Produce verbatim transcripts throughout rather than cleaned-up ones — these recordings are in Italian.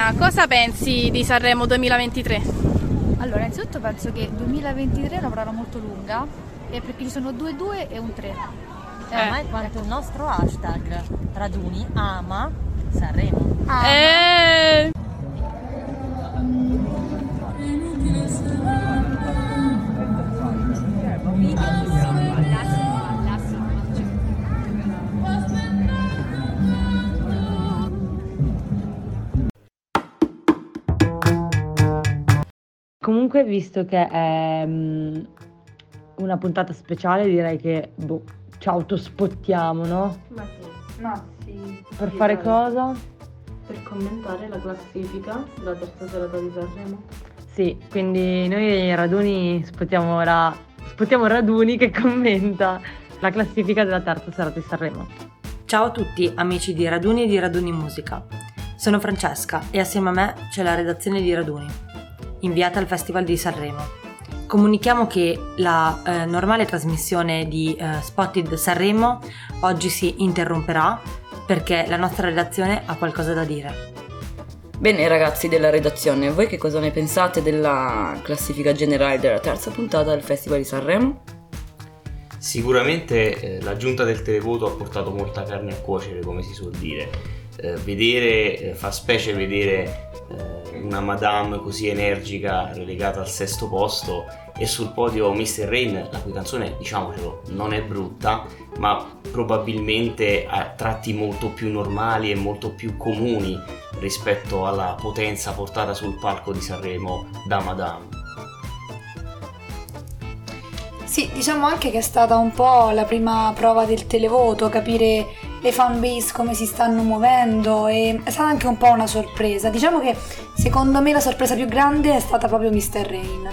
Elena, cosa pensi di Sanremo duemilaventitré? Allora, innanzitutto penso che duemilaventitré è una parola molto lunga, e perché ci sono due due e un tre. Eh, eh. Quanto il nostro hashtag Raduni ama Sanremo. Ama. Eh. Comunque, visto che è um, una puntata speciale, direi che boh, ci autospottiamo, no? Ma sì. Ma sì. Per sì, fare dai. cosa? Per commentare la classifica della terza serata di Sanremo. Sì, quindi noi raduni spotiamo ora, spotiamo Raduni che commenta la classifica della terza serata di Sanremo. Ciao a tutti amici di Raduni e di Raduni Musica. Sono Francesca e assieme a me c'è la redazione di Raduni, inviata al Festival di Sanremo. Comunichiamo che la eh, normale trasmissione di eh, Spotted Sanremo oggi si interromperà perché la nostra redazione ha qualcosa da dire. Bene ragazzi della redazione, voi che cosa ne pensate della classifica generale della terza puntata del Festival di Sanremo? Sicuramente eh, la giunta del televoto ha portato molta carne a cuocere, come si suol dire. Eh, vedere, eh, fa specie vedere eh, una madame così energica relegata al sesto posto e sul podio mister Rain, la cui canzone, diciamocelo, non è brutta, ma probabilmente ha tratti molto più normali e molto più comuni rispetto alla potenza portata sul palco di Sanremo da Madame. Sì, diciamo anche che è stata un po' la prima prova del televoto, capire le fanbase come si stanno muovendo, e è stata anche un po' una sorpresa. Diciamo che secondo me la sorpresa più grande è stata proprio mister Rain.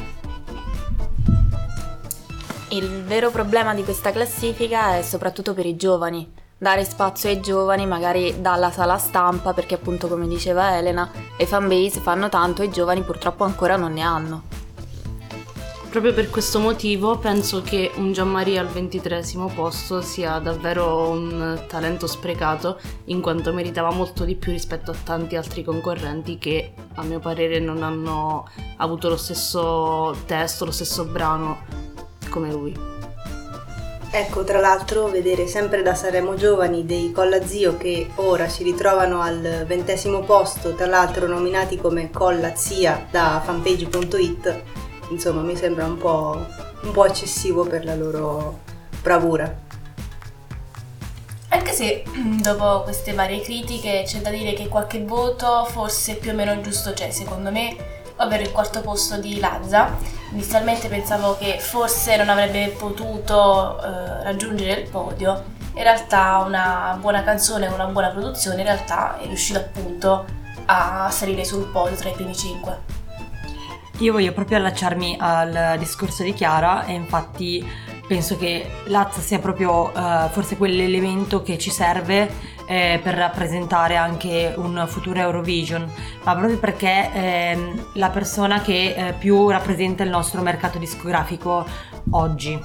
Il vero problema di questa classifica è soprattutto per i giovani. Dare spazio ai giovani magari dalla sala stampa, perché appunto, come diceva Elena, le fanbase fanno tanto e i giovani purtroppo ancora non ne hanno. Proprio per questo motivo penso che un Gianmaria al ventitreesimo posto sia davvero un talento sprecato, in quanto meritava molto di più rispetto a tanti altri concorrenti che a mio parere non hanno avuto lo stesso testo, lo stesso brano come lui. Ecco, tra l'altro, vedere sempre da Sanremo Giovani dei Colla Zio che ora si ritrovano al ventesimo posto, tra l'altro nominati come Colla Zia da fanpage punto it, insomma mi sembra un po', un po' eccessivo per la loro bravura. Anche se dopo queste varie critiche c'è da dire che qualche voto forse più o meno giusto c'è, secondo me, ovvero il quarto posto di Lazza. Inizialmente pensavo che forse non avrebbe potuto eh, raggiungere il podio, in realtà una buona canzone, una buona produzione, in realtà è riuscito appunto a salire sul podio tra i primi cinque. Io voglio proprio allacciarmi al discorso di Chiara e infatti penso che Lazza sia proprio uh, forse quell'elemento che ci serve eh, per rappresentare anche un futuro Eurovision, ma proprio perché è la persona che eh, più rappresenta il nostro mercato discografico oggi.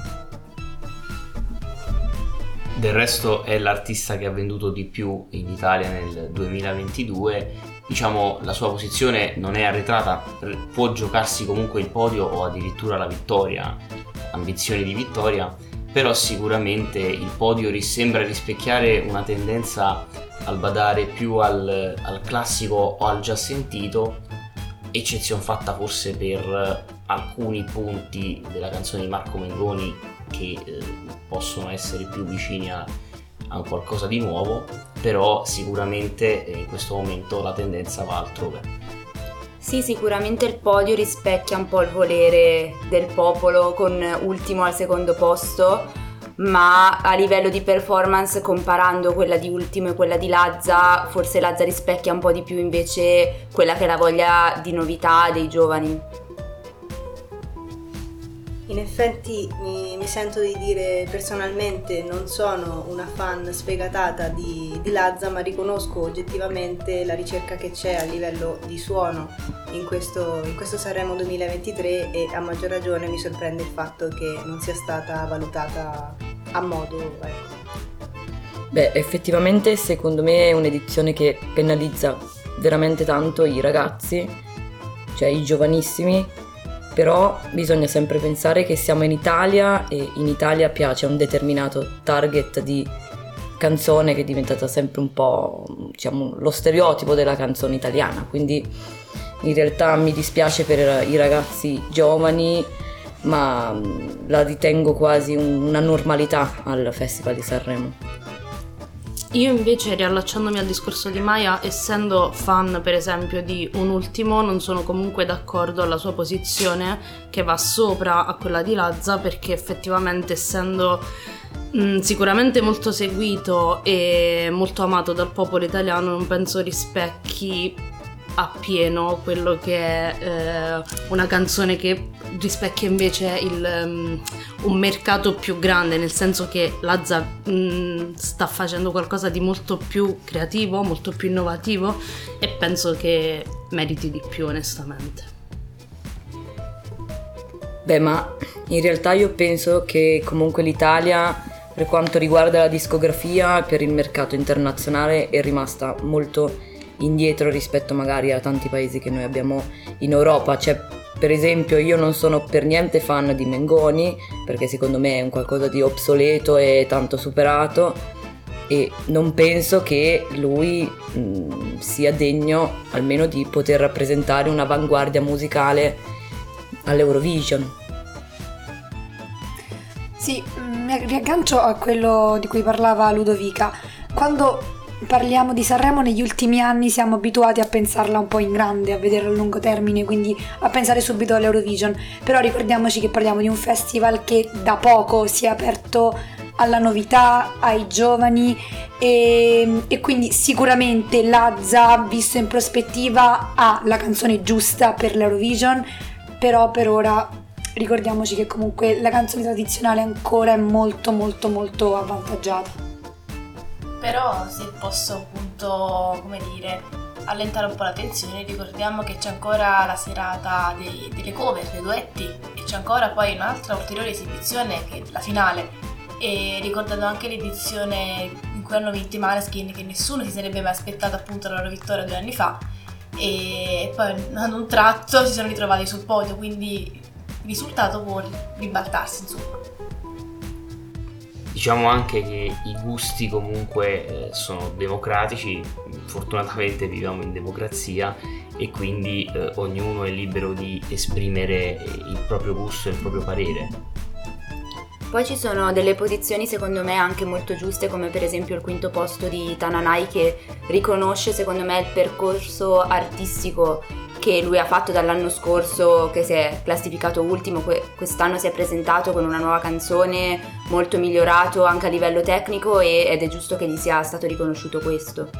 Del resto è l'artista che ha venduto di più in Italia nel duemilaventidue. Diciamo, la sua posizione non è arretrata, può giocarsi comunque il podio o addirittura la vittoria, ambizioni di vittoria, però sicuramente il podio sembra rispecchiare una tendenza al badare più al, al classico o al già sentito, eccezione fatta forse per alcuni punti della canzone di Marco Mengoni che eh, possono essere più vicini a a un qualcosa di nuovo, però sicuramente in questo momento la tendenza va altrove. Sì, sicuramente il podio rispecchia un po' il volere del popolo con Ultimo al secondo posto, ma a livello di performance, comparando quella di Ultimo e quella di Lazza, forse Lazza rispecchia un po' di più invece quella che è la voglia di novità dei giovani. In effetti mi, mi sento di dire personalmente non sono una fan sfegatata di, di Lazza, ma riconosco oggettivamente la ricerca che c'è a livello di suono in questo, in questo Sanremo duemilaventitré, e a maggior ragione mi sorprende il fatto che non sia stata valutata a modo. Ecco. Beh, effettivamente secondo me è un'edizione che penalizza veramente tanto i ragazzi, cioè i giovanissimi, però bisogna sempre pensare che siamo in Italia e in Italia piace a un determinato target di canzone che è diventata sempre un po', diciamo, lo stereotipo della canzone italiana, quindi in realtà mi dispiace per i ragazzi giovani, ma la ritengo quasi un- una normalità al Festival di Sanremo. Io invece, riallacciandomi al discorso di Maya, essendo fan per esempio di Un Ultimo, non sono comunque d'accordo alla sua posizione che va sopra a quella di Lazza, perché effettivamente essendo mh, sicuramente molto seguito e molto amato dal popolo italiano, non penso rispecchi appieno quello che è eh, una canzone che rispecchia invece il, um, un mercato più grande, nel senso che Lazza mh, sta facendo qualcosa di molto più creativo, molto più innovativo, e penso che meriti di più, onestamente. Beh, ma in realtà io penso che comunque l'Italia, per quanto riguarda la discografia, per il mercato internazionale è rimasta molto indietro rispetto magari a tanti paesi che noi abbiamo in Europa. Cioè, per esempio, io non sono per niente fan di Mengoni, perché secondo me è un qualcosa di obsoleto e tanto superato, e non penso che lui mh, sia degno almeno di poter rappresentare un'avanguardia musicale all'Eurovision. Sì, mi riaggancio a quello di cui parlava Ludovica. Quando parliamo di Sanremo negli ultimi anni siamo abituati a pensarla un po' in grande, a vederla a lungo termine, quindi a pensare subito all'Eurovision, però ricordiamoci che parliamo di un festival che da poco si è aperto alla novità, ai giovani, e, e quindi sicuramente Lazza, visto in prospettiva, ha la canzone giusta per l'Eurovision, però per ora ricordiamoci che comunque la canzone tradizionale ancora è molto molto molto avvantaggiata. Però se posso appunto, come dire, allentare un po' la tensione, ricordiamo che c'è ancora la serata dei, delle cover, dei duetti, e c'è ancora poi un'altra ulteriore esibizione che è la finale, e ricordando anche l'edizione in cui hanno vinto i Maneskin, che nessuno si sarebbe mai aspettato appunto la loro vittoria due anni fa, e poi ad un tratto si sono ritrovati sul podio, quindi il risultato può ribaltarsi, insomma. Diciamo anche che i gusti comunque eh, sono democratici, fortunatamente viviamo in democrazia, e quindi eh, ognuno è libero di esprimere il proprio gusto e il proprio parere. Poi ci sono delle posizioni secondo me anche molto giuste, come per esempio il quinto posto di Tananai, che riconosce secondo me il percorso artistico che lui ha fatto dall'anno scorso, che si è classificato ultimo. Quest'anno si è presentato con una nuova canzone, molto migliorato anche a livello tecnico, e, ed è giusto che gli sia stato riconosciuto questo.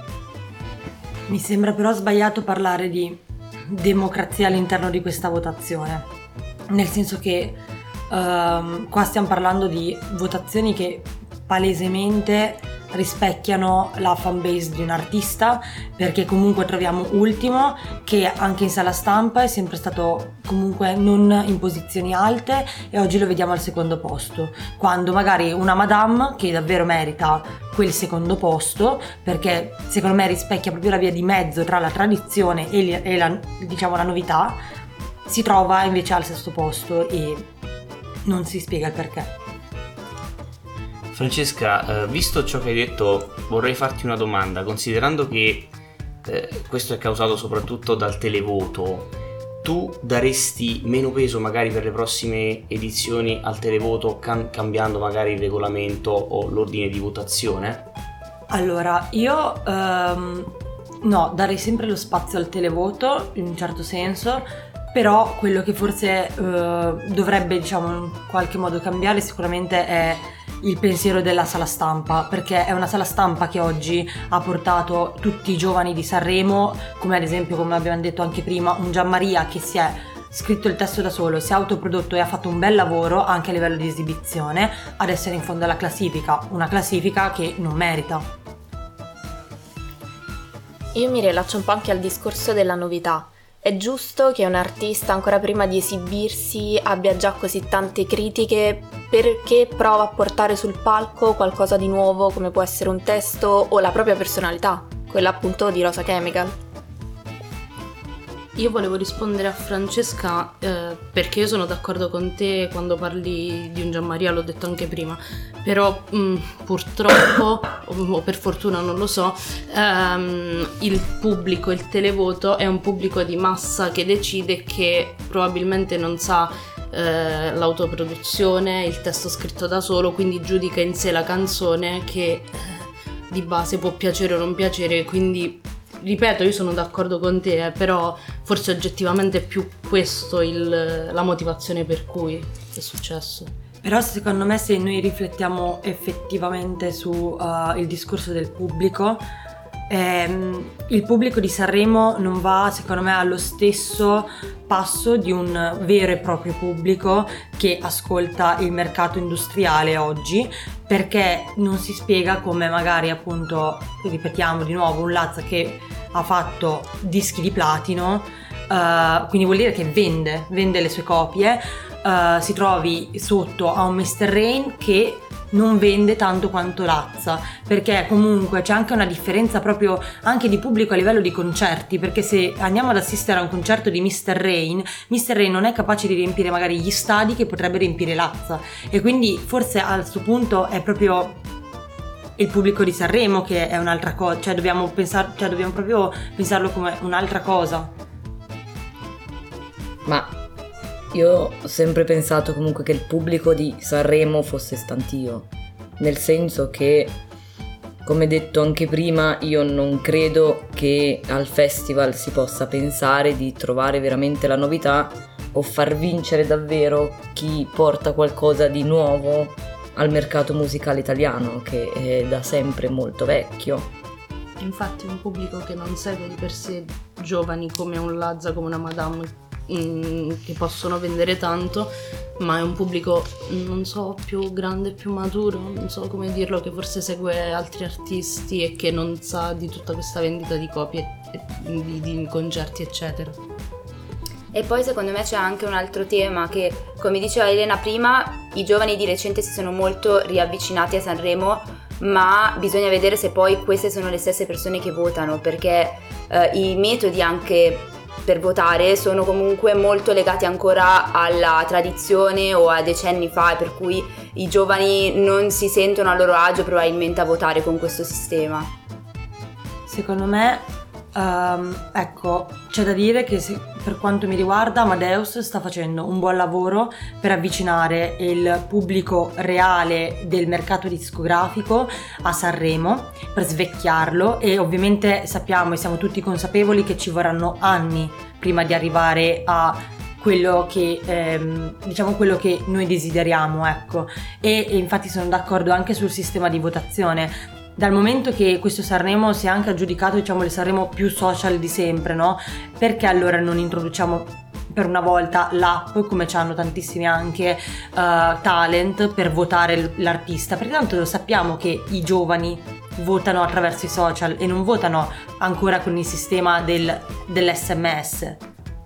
Mi sembra però sbagliato parlare di democrazia all'interno di questa votazione, nel senso che um, qua stiamo parlando di votazioni che palesemente rispecchiano la fanbase di un artista, perché comunque troviamo Ultimo che anche in sala stampa è sempre stato comunque non in posizioni alte, e oggi lo vediamo al secondo posto, quando magari una Madame, che davvero merita quel secondo posto, perché secondo me rispecchia proprio la via di mezzo tra la tradizione e, e la, diciamo, la novità, si trova invece al sesto posto e non si spiega il perché. Francesca, eh, visto ciò che hai detto, vorrei farti una domanda. Considerando che eh, questo è causato soprattutto dal televoto, tu daresti meno peso magari per le prossime edizioni al televoto, cam- cambiando magari il regolamento o l'ordine di votazione? Allora, io um, no, darei sempre lo spazio al televoto in un certo senso, però quello che forse uh, dovrebbe, diciamo, in qualche modo cambiare sicuramente è il pensiero della sala stampa, perché è una sala stampa che oggi ha portato tutti i giovani di Sanremo, come ad esempio, come abbiamo detto anche prima, un Gianmaria che si è scritto il testo da solo, si è autoprodotto e ha fatto un bel lavoro anche a livello di esibizione, ad essere in fondo alla classifica, una classifica che non merita. Io mi rilaccio un po' anche al discorso della novità. È giusto che un artista ancora prima di esibirsi abbia già così tante critiche, perché prova a portare sul palco qualcosa di nuovo, come può essere un testo o la propria personalità, quella appunto di Rosa Chemical. Io volevo rispondere a Francesca eh, perché io sono d'accordo con te quando parli di un Gianmaria, l'ho detto anche prima, però mh, purtroppo o per fortuna non lo so, ehm, il pubblico, il televoto è un pubblico di massa che decide, che probabilmente non sa eh, l'autoproduzione, il testo scritto da solo, quindi giudica in sé la canzone che eh, di base può piacere o non piacere, quindi ripeto, io sono d'accordo con te, eh, però forse oggettivamente è più questo il, la motivazione per cui è successo. Però secondo me, se noi riflettiamo effettivamente su uh, il discorso del pubblico, ehm, il pubblico di Sanremo non va, secondo me, allo stesso passo di un vero e proprio pubblico che ascolta il mercato industriale oggi, perché non si spiega come magari, appunto, ripetiamo di nuovo, un Lazza che ha fatto dischi di platino, uh, quindi vuol dire che vende, vende le sue copie, uh, si trovi sotto a un mister Rain che non vende tanto quanto Lazza, perché comunque c'è anche una differenza proprio anche di pubblico a livello di concerti, perché se andiamo ad assistere a un concerto di mister Rain, mister Rain non è capace di riempire magari gli stadi che potrebbe riempire Lazza, e quindi forse a questo punto è proprio il pubblico di Sanremo che è un'altra cosa, cioè dobbiamo pensare, cioè dobbiamo proprio pensarlo come un'altra cosa. Ma io ho sempre pensato comunque che il pubblico di Sanremo fosse stantio, nel senso che, come detto anche prima, io non credo che al festival si possa pensare di trovare veramente la novità o far vincere davvero chi porta qualcosa di nuovo al mercato musicale italiano, che è da sempre molto vecchio. Infatti un pubblico che non segue di per sé giovani come un Lazza, come una Madame, mm, che possono vendere tanto, ma è un pubblico, non so, più grande, più maturo, non so come dirlo, che forse segue altri artisti e che non sa di tutta questa vendita di copie, di, di concerti, eccetera. E poi secondo me c'è anche un altro tema che, come diceva Elena prima, i giovani di recente si sono molto riavvicinati a Sanremo, ma bisogna vedere se poi queste sono le stesse persone che votano, perché eh, i metodi anche per votare sono comunque molto legati ancora alla tradizione o a decenni fa, per cui i giovani non si sentono a loro agio probabilmente a votare con questo sistema. Secondo me Um, ecco, c'è da dire che se, per quanto mi riguarda, Amadeus sta facendo un buon lavoro per avvicinare il pubblico reale del mercato discografico a Sanremo, per svecchiarlo, e ovviamente sappiamo e siamo tutti consapevoli che ci vorranno anni prima di arrivare a quello che ehm, diciamo quello che noi desideriamo, ecco. E, e infatti sono d'accordo anche sul sistema di votazione. Dal momento che questo Sanremo si è anche aggiudicato, diciamo, il Sanremo più social di sempre, no? Perché allora non introduciamo per una volta l'app, come ci hanno tantissimi anche uh, talent, per votare l'artista? Perché tanto lo sappiamo che i giovani votano attraverso i social e non votano ancora con il sistema del, dell'esse emme esse.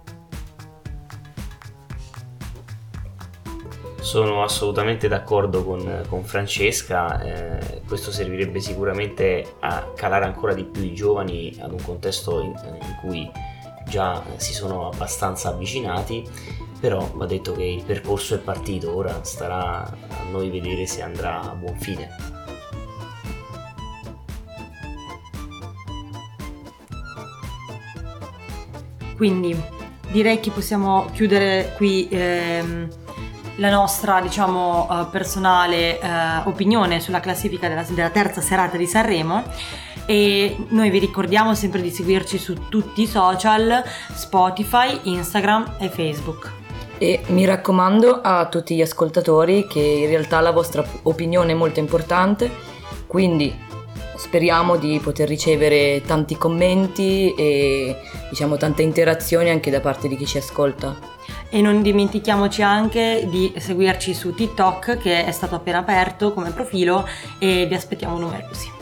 Sono assolutamente d'accordo con, con Francesca, eh, questo servirebbe sicuramente a calare ancora di più i giovani ad un contesto in, in cui già si sono abbastanza avvicinati, però va detto che il percorso è partito, ora starà a noi vedere se andrà a buon fine. Quindi direi che possiamo chiudere qui ehm, la nostra, diciamo, uh, personale uh, opinione sulla classifica della, della terza serata di Sanremo, e noi vi ricordiamo sempre di seguirci su tutti i social, Spotify, Instagram e Facebook. E mi raccomando a tutti gli ascoltatori che in realtà la vostra opinione è molto importante, quindi speriamo di poter ricevere tanti commenti e, diciamo, tante interazioni anche da parte di chi ci ascolta. E non dimentichiamoci anche di seguirci su TikTok, che è stato appena aperto come profilo, e vi aspettiamo numerosi.